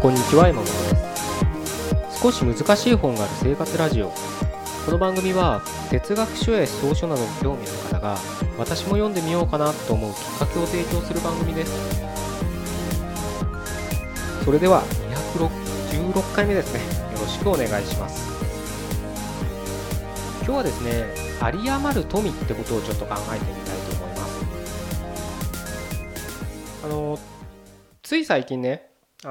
こんにちは、山本です。少し難しい本がある生活ラジオ。この番組は哲学書や思想書などに興味のある方が私も読んでみようかなと思うきっかけを提供する番組です。それでは216回目ですね。よろしくお願いします。今日はですね、有り余る富ってことをちょっと考えてみたいと思います。つい最近ね、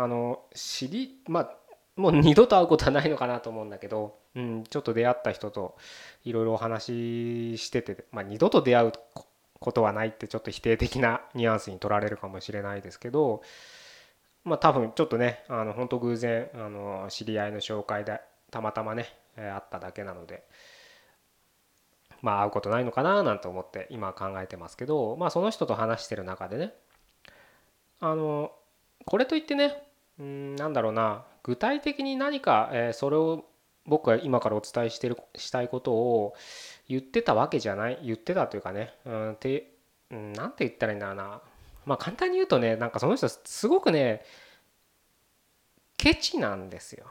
もう二度と会うことはないのかなと思うんだけど、ちょっと出会った人といろいろお話ししてて、二度と出会うことはないってちょっと否定的なニュアンスに取られるかもしれないですけど、多分ちょっとね、本当偶然知り合いの紹介でたまたまね、会っただけなので、会うことないのかななんて思って今考えてますけど、その人と話してる中でね、あのこれといってね、なんだろうな、具体的に何か、それを僕が今からお伝えしたいことを言ってたわけじゃない、言ってたというかね、なんて言ったらいいんだろうな。簡単に言うとね、なんかその人すごくね、ケチなんですよ。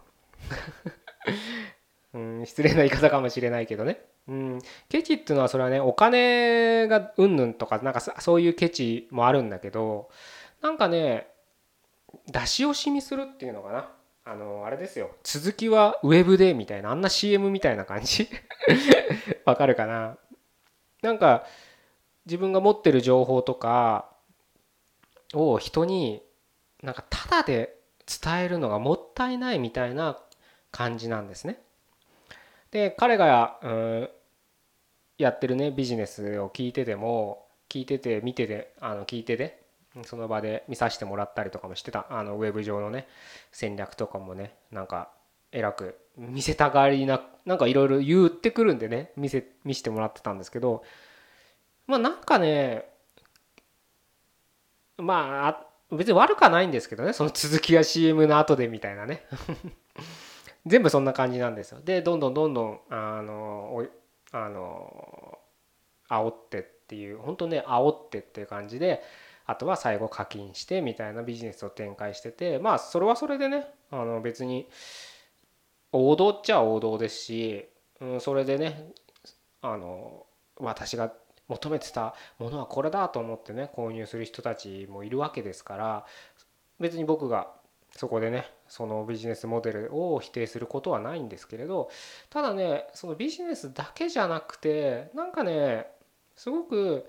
失礼な言い方かもしれないけどね。ケチっていうのはそれはね、お金がうんぬんとか、なんかそういうケチもあるんだけど、なんかね、出し惜しみするっていうのかな。あれですよ。続きはウェブでみたいな、あんな CM みたいな感じ。わかるかな。なんか自分が持ってる情報とかを人になんかタダで伝えるのがもったいないみたいな感じなんですね。で、彼が、やってるね、ビジネスを聞いてて、見てて、聞いてて、その場で見させてもらったりとかもしてた、ウェブ上のね、戦略とかもね、なんか、えらく見せたがりな、なんかいろいろ言ってくるんでね、見せてもらってたんですけど、なんかね、別に悪くはないんですけどね、その続きは CM の後でみたいなね。全部そんな感じなんですよ。で、どんどんどんどん、あの、煽ってっていう、本当ね、煽ってっていう感じで、あとは最後課金してみたいなビジネスを展開してて、それはそれでね、別に王道っちゃ王道ですし、それでね、私が求めてたものはこれだと思ってね、購入する人たちもいるわけですから、別に僕がそこでね、そのビジネスモデルを否定することはないんですけれど、ただね、そのビジネスだけじゃなくて、なんかね、すごく、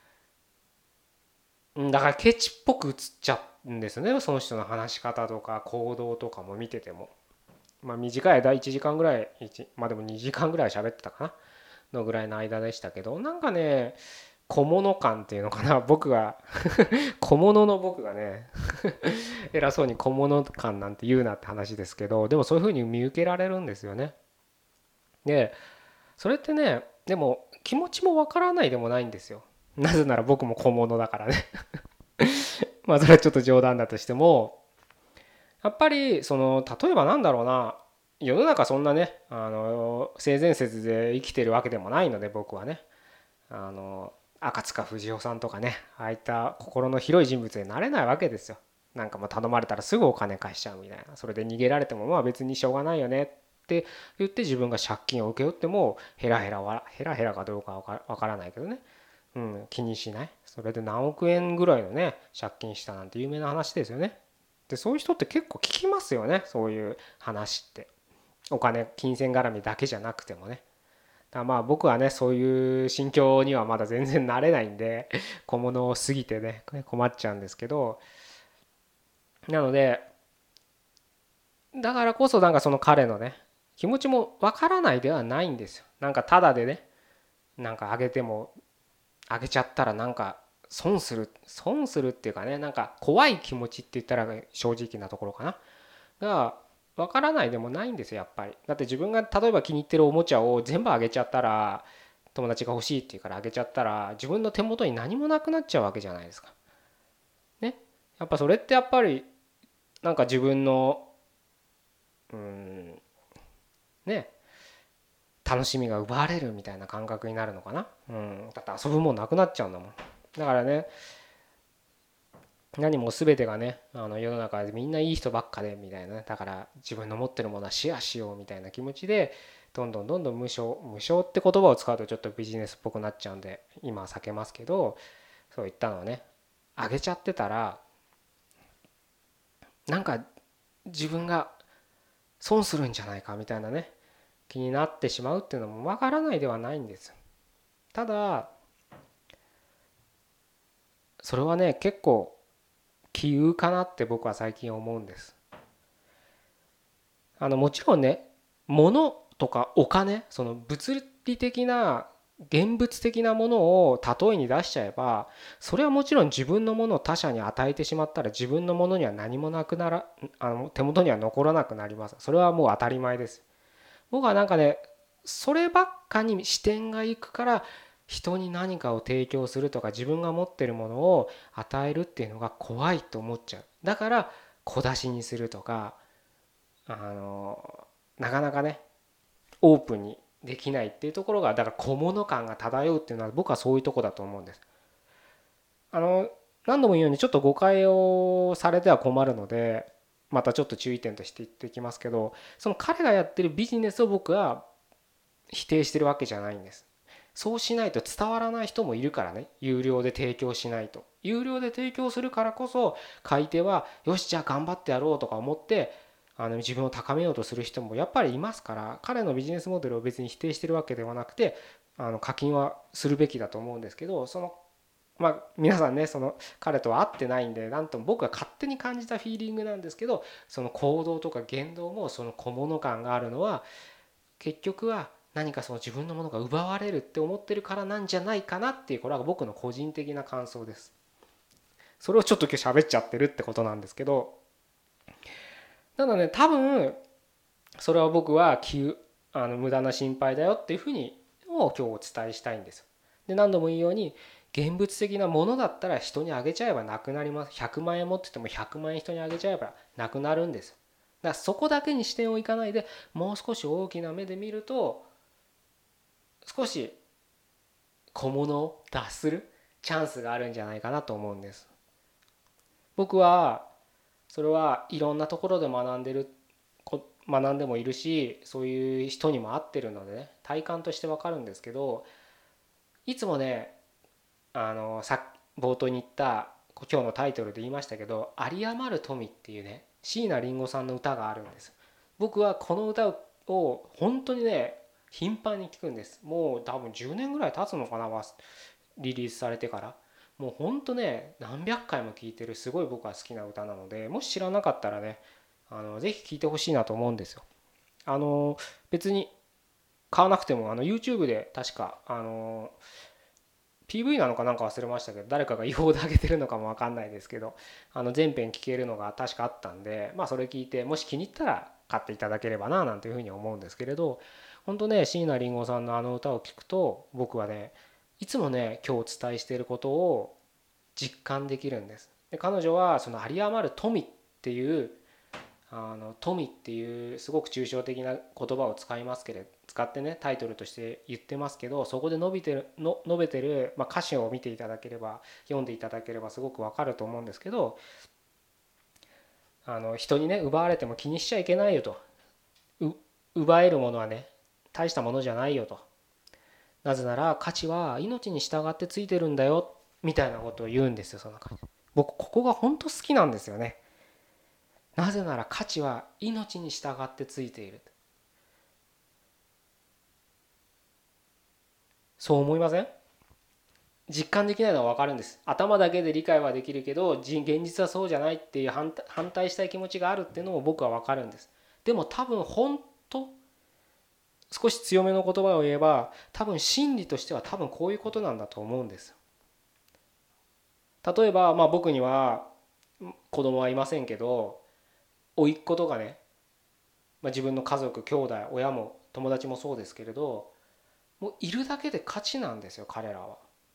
だからケチっぽく映っちゃうんですよね、その人の話し方とか行動とかも見てても。短い間1時間ぐらい、でも2時間ぐらい喋ってたかなのぐらいの間でしたけど、なんかね、小物感っていうのかな、僕が小物の僕がね偉そうに小物感なんて言うなって話ですけど、でもそういう風に見受けられるんですよね。で、それってね、でも気持ちもわからないでもないんですよ。なぜなら僕も小物だからね。それはちょっと冗談だとしても、やっぱりその例えばなんだろうな、世の中そんなね、性善説で生きてるわけでもないので、僕はね、赤塚不二夫さんとかね、ああいった心の広い人物になれないわけですよ。なんかもう頼まれたらすぐお金返しちゃうみたいな、それで逃げられても別にしょうがないよねって言って、自分が借金を請け負ってもヘラヘラかどうかわからないけどね、気にしない。それで何億円ぐらいのね借金したなんて有名な話ですよね。で、そういう人って結構聞きますよね、そういう話って。お金、金銭絡みだけじゃなくてもね。だから僕はね、そういう心境にはまだ全然慣れないんで、小物を過ぎてね困っちゃうんですけど、なので、だからこそなんかその彼のね気持ちもわからないではないんですよ。なんかただでね、なんかあげても、あげちゃったらなんか損するっていうかね、なんか怖い気持ちって言ったら正直なところかながわからないでもないんですよ、やっぱり。だって自分が例えば気に入ってるおもちゃを全部あげちゃったら、友達が欲しいって言うからあげちゃったら、自分の手元に何もなくなっちゃうわけじゃないですかね。やっぱそれってやっぱりなんか自分のね、楽しみが奪われるみたいな感覚になるのかな。だって遊ぶもんなくなっちゃうんだもん。だからね、 何も全てがね世の中でみんないい人ばっかでみたいなね、だから自分の持ってるものはシェアしようみたいな気持ちでどんどん無償って言葉を使うとちょっとビジネスっぽくなっちゃうんで今は避けますけど、そういったのをねあげちゃってたらなんか自分が損するんじゃないかみたいなね気になってしまうっていうのもわからないではないんです。ただそれはね結構杞憂かなって僕は最近思うんです。もちろんね物とかお金、その物理的な現物的なものを例えに出しちゃえば、それはもちろん自分のものを他者に与えてしまったら自分のものには何もなくなら手元には残らなくなります。それはもう当たり前です。僕はなんかねそればっかに視点がいくから人に何かを提供するとか自分が持ってるものを与えるっていうのが怖いと思っちゃう。だから小出しにするとかなかなかねオープンにできないっていうところが、だから小物感が漂うっていうのは僕はそういうとこだと思うんです。あの何度も言うようにちょっと誤解をされては困るのでまたちょっと注意点として言っていきますけど、その彼がやってるビジネスを僕は否定してるわけじゃないんです。そうしないと伝わらない人もいるからね。有料で提供しないと、有料で提供するからこそ買い手はよしじゃあ頑張ってやろうとか思って自分を高めようとする人もやっぱりいますから、彼のビジネスモデルを別に否定してるわけではなくて課金はするべきだと思うんですけど、皆さんねその彼とは会ってないんでなんとも僕が勝手に感じたフィーリングなんですけど、その行動とか言動もその小物感があるのは結局は何かその自分のものが奪われるって思ってるからなんじゃないかなっていう、これは僕の個人的な感想です。それをちょっと今日喋っちゃってるってことなんですけど、ただね多分それは僕は無駄な心配だよっていうふうに今日お伝えしたいんです。で何度も言うように現物的なものだったら人にあげちゃえばなくなります。100万円持ってても100万円人にあげちゃえばなくなるんです。だからそこだけに視点をいかないでもう少し大きな目で見ると少し小物を脱するチャンスがあるんじゃないかなと思うんです。僕はそれはいろんなところで学んでもいるし、そういう人にも会ってるのでね体感として分かるんですけど、いつもね冒頭に言った今日のタイトルで言いましたけど「有り余る富」っていうね椎名林檎さんの歌があるんです。僕はこの歌を本当にね頻繁に聞くんです。もう多分10年ぐらい経つのかな、リリースされてから。もうほんとね何百回も聴いてるすごい僕は好きな歌なので、もし知らなかったらねぜひ聴いてほしいなと思うんですよ。あの別に買わなくてもYouTube で確かPV なのかなんか忘れましたけど誰かが違法で上げてるのかも分かんないですけど全編聴けるのが確かあったんで、それ聞いてもし気に入ったら買っていただければななんていうふうに思うんですけれど、本当ね椎名林檎さんの歌を聴くと僕はねいつもね今日お伝えしていることを実感できるんです。で彼女はその有り余る富っていう富っていうすごく抽象的な言葉を使ってねタイトルとして言ってますけど、そこで述べてる、歌詞を見ていただければ読んでいただければすごくわかると思うんですけど、人にね奪われても気にしちゃいけないよと、奪えるものはね大したものじゃないよと、なぜなら価値は命に従ってついてるんだよみたいなことを言うんですよ。その中で僕ここが本当好きなんですよね。なぜなら価値は命に従ってついている。そう思いません？実感できないのは分かるんです。頭だけで理解はできるけど現実はそうじゃないっていう反対したい気持ちがあるっていうのも僕は分かるんです。でも多分本当少し強めの言葉を言えば多分真理としては多分こういうことなんだと思うんです。例えば僕には子供はいませんけど甥っ子とかね、自分の家族兄弟親も友達もそうですけれど、もういるだけで価値なんですよ彼らは。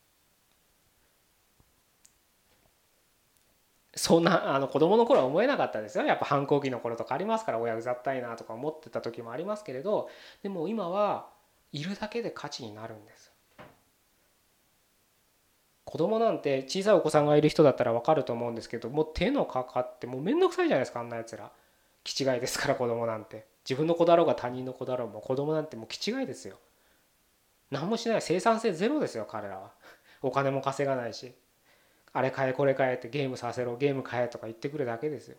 そんな子供の頃は思えなかったですよ。やっぱ反抗期の頃とかありますから、親うざったいなとか思ってた時もありますけれど、でも今はいるだけで価値になるんです。 子供なんて小さいお子さんがいる人だったら分かると思うんですけど、もう手のかかってもうめんどくさいじゃないですか、あんなやつら。気違いですから、子供なんて。自分の子だろうが他人の子だろうも子供なんてもう気違いですよ。何もしない、生産性ゼロですよ彼らは。お金も稼がないし、あれ買えこれ買えってゲームさせろゲーム買えとか言ってくるだけですよ。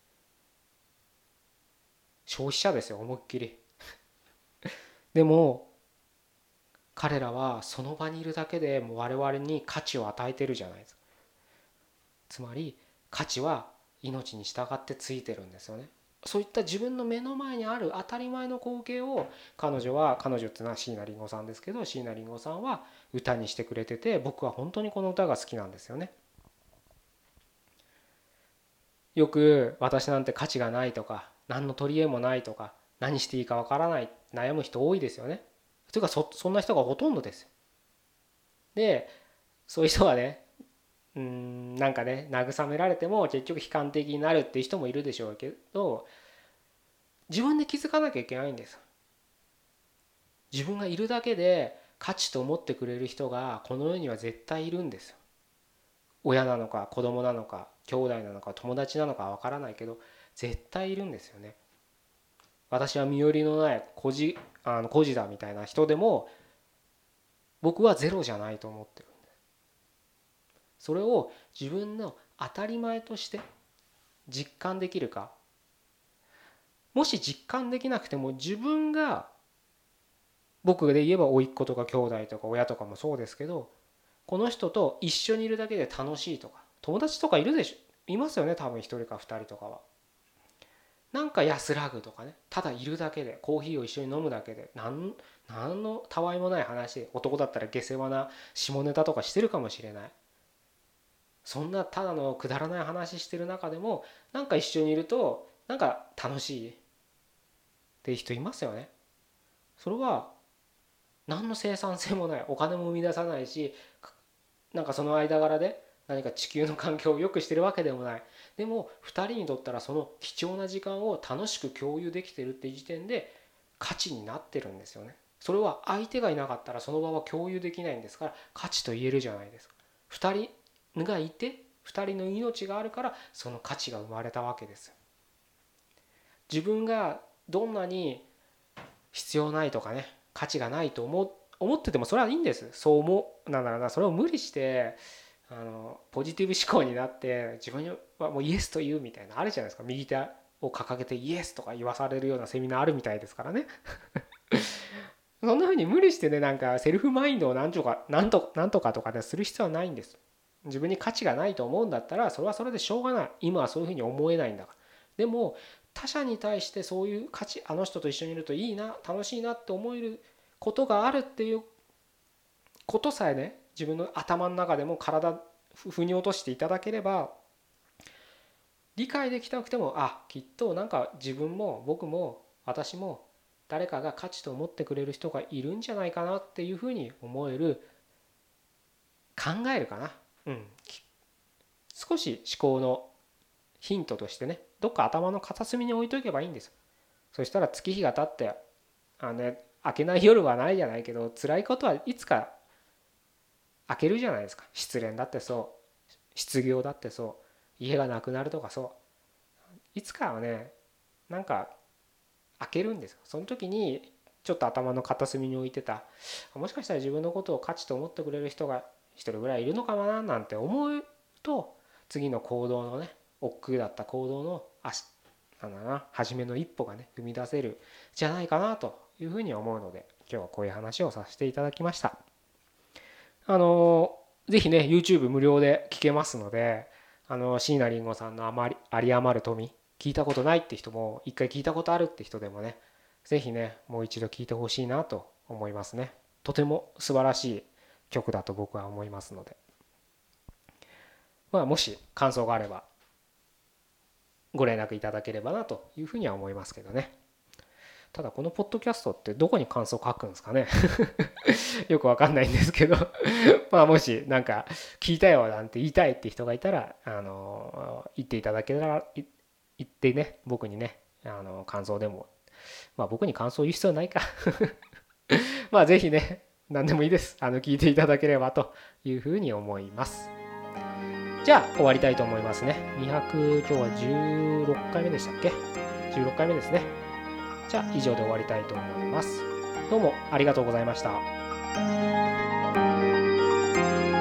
消費者ですよ思いっきり。でも彼らはその場にいるだけでもう我々に価値を与えてるじゃないですか。つまり価値は命に従ってついてるんですよね。そういった自分の目の前にある当たり前の光景を彼女っていうのは椎名林檎さんですけど、椎名林檎さんは歌にしてくれてて、僕は本当にこの歌が好きなんですよね。よく私なんて価値がないとか何の取り柄もないとか何していいかわからない悩む人多いですよね。というかそんな人がほとんどですよ。でそういう人はね、なんかね慰められても結局悲観的になるっていう人もいるでしょうけど、自分で気づかなきゃいけないんです。自分がいるだけで価値と思ってくれる人がこの世には絶対いるんですよ。親なのか子供なのか兄弟なのか友達なのかわからないけど絶対いるんですよね。私は身寄りのない孤児だみたいな人でも僕はゼロじゃないと思ってる。それを自分の当たり前として実感できるか。もし実感できなくても自分が、僕で言えば甥っ子とか兄弟とか親とかもそうですけど、この人と一緒にいるだけで楽しいとか、友達とかいるでしょ、いますよね多分一人か二人とかは。なんか安らぐとかね、ただいるだけでコーヒーを一緒に飲むだけで何のたわいもない話、男だったら下世話な下ネタとかしてるかもしれない、そんなただのくだらない話してる中でもなんか一緒にいるとなんか楽しいっていう人いますよね。それは何の生産性もない、お金も生み出さないし、なんかその間柄で何か地球の環境を良くしてるわけでもない。でも2人にとったらその貴重な時間を楽しく共有できてるっていう時点で価値になってるんですよね。それは相手がいなかったらその場は共有できないんですから価値と言えるじゃないですか。2人がいて2人の命があるからその価値が生まれたわけです。自分がどんなに必要ないとかね価値がないと思っててもそれはいいんです。そう思うなんだろうな、それを無理してポジティブ思考になって自分はもうイエスと言うみたいなあるじゃないですか。右手を掲げてイエスとか言わされるようなセミナーあるみたいですからね。そんな風に無理してねなんかセルフマインドをなんとかとかでする必要はないんです。自分に価値がないと思うんだったらそれはそれでしょうがない。今はそういうふうに思えないんだから。でも他者に対してそういう価値、あの人と一緒にいるといいな楽しいなって思えることがあるっていうことさえね、自分の頭の中でも腑に落としていただければ、理解できなくてもきっとなんか自分も僕も私も誰かが価値と思ってくれる人がいるんじゃないかなっていうふうに思える、考えるかな、少し思考のヒントとしてねどっか頭の片隅に置いとけばいいんです。そしたら月日が経って明けない夜はないじゃないけど辛いことはいつか明けるじゃないですか。失恋だってそう失業だってそう家がなくなるとかそういつかはねなんか開けるんですよ。その時にちょっと頭の片隅に置いてたもしかしたら自分のことを価値と思ってくれる人が一人ぐらいいるのかななんて思うと、次の行動のね億劫だった行動のなんだな初めの一歩がね踏み出せるじゃないかなというふうに思うので今日はこういう話をさせていただきました。ぜひね YouTube 無料で聞けますので、椎名林檎さんの有り余る富聞いたことないって人も一回聞いたことあるって人でもねぜひねもう一度聞いてほしいなと思いますね。とても素晴らしい曲だと僕は思いますので、もし感想があればご連絡いただければなというふうには思いますけどね。ただこのポッドキャストってどこに感想書くんですかね。よくわかんないんですけどもしなんか聞いたよなんて言いたいって人がいたら言っていただけたら言ってね僕にね感想でも僕に感想言う必要ないかぜひね何でもいいです。聞いていただければというふうに思います。じゃあ終わりたいと思いますね。200、今日は16回目でしたっけ？ 16 回目ですね。じゃあ以上で終わりたいと思います。どうもありがとうございました。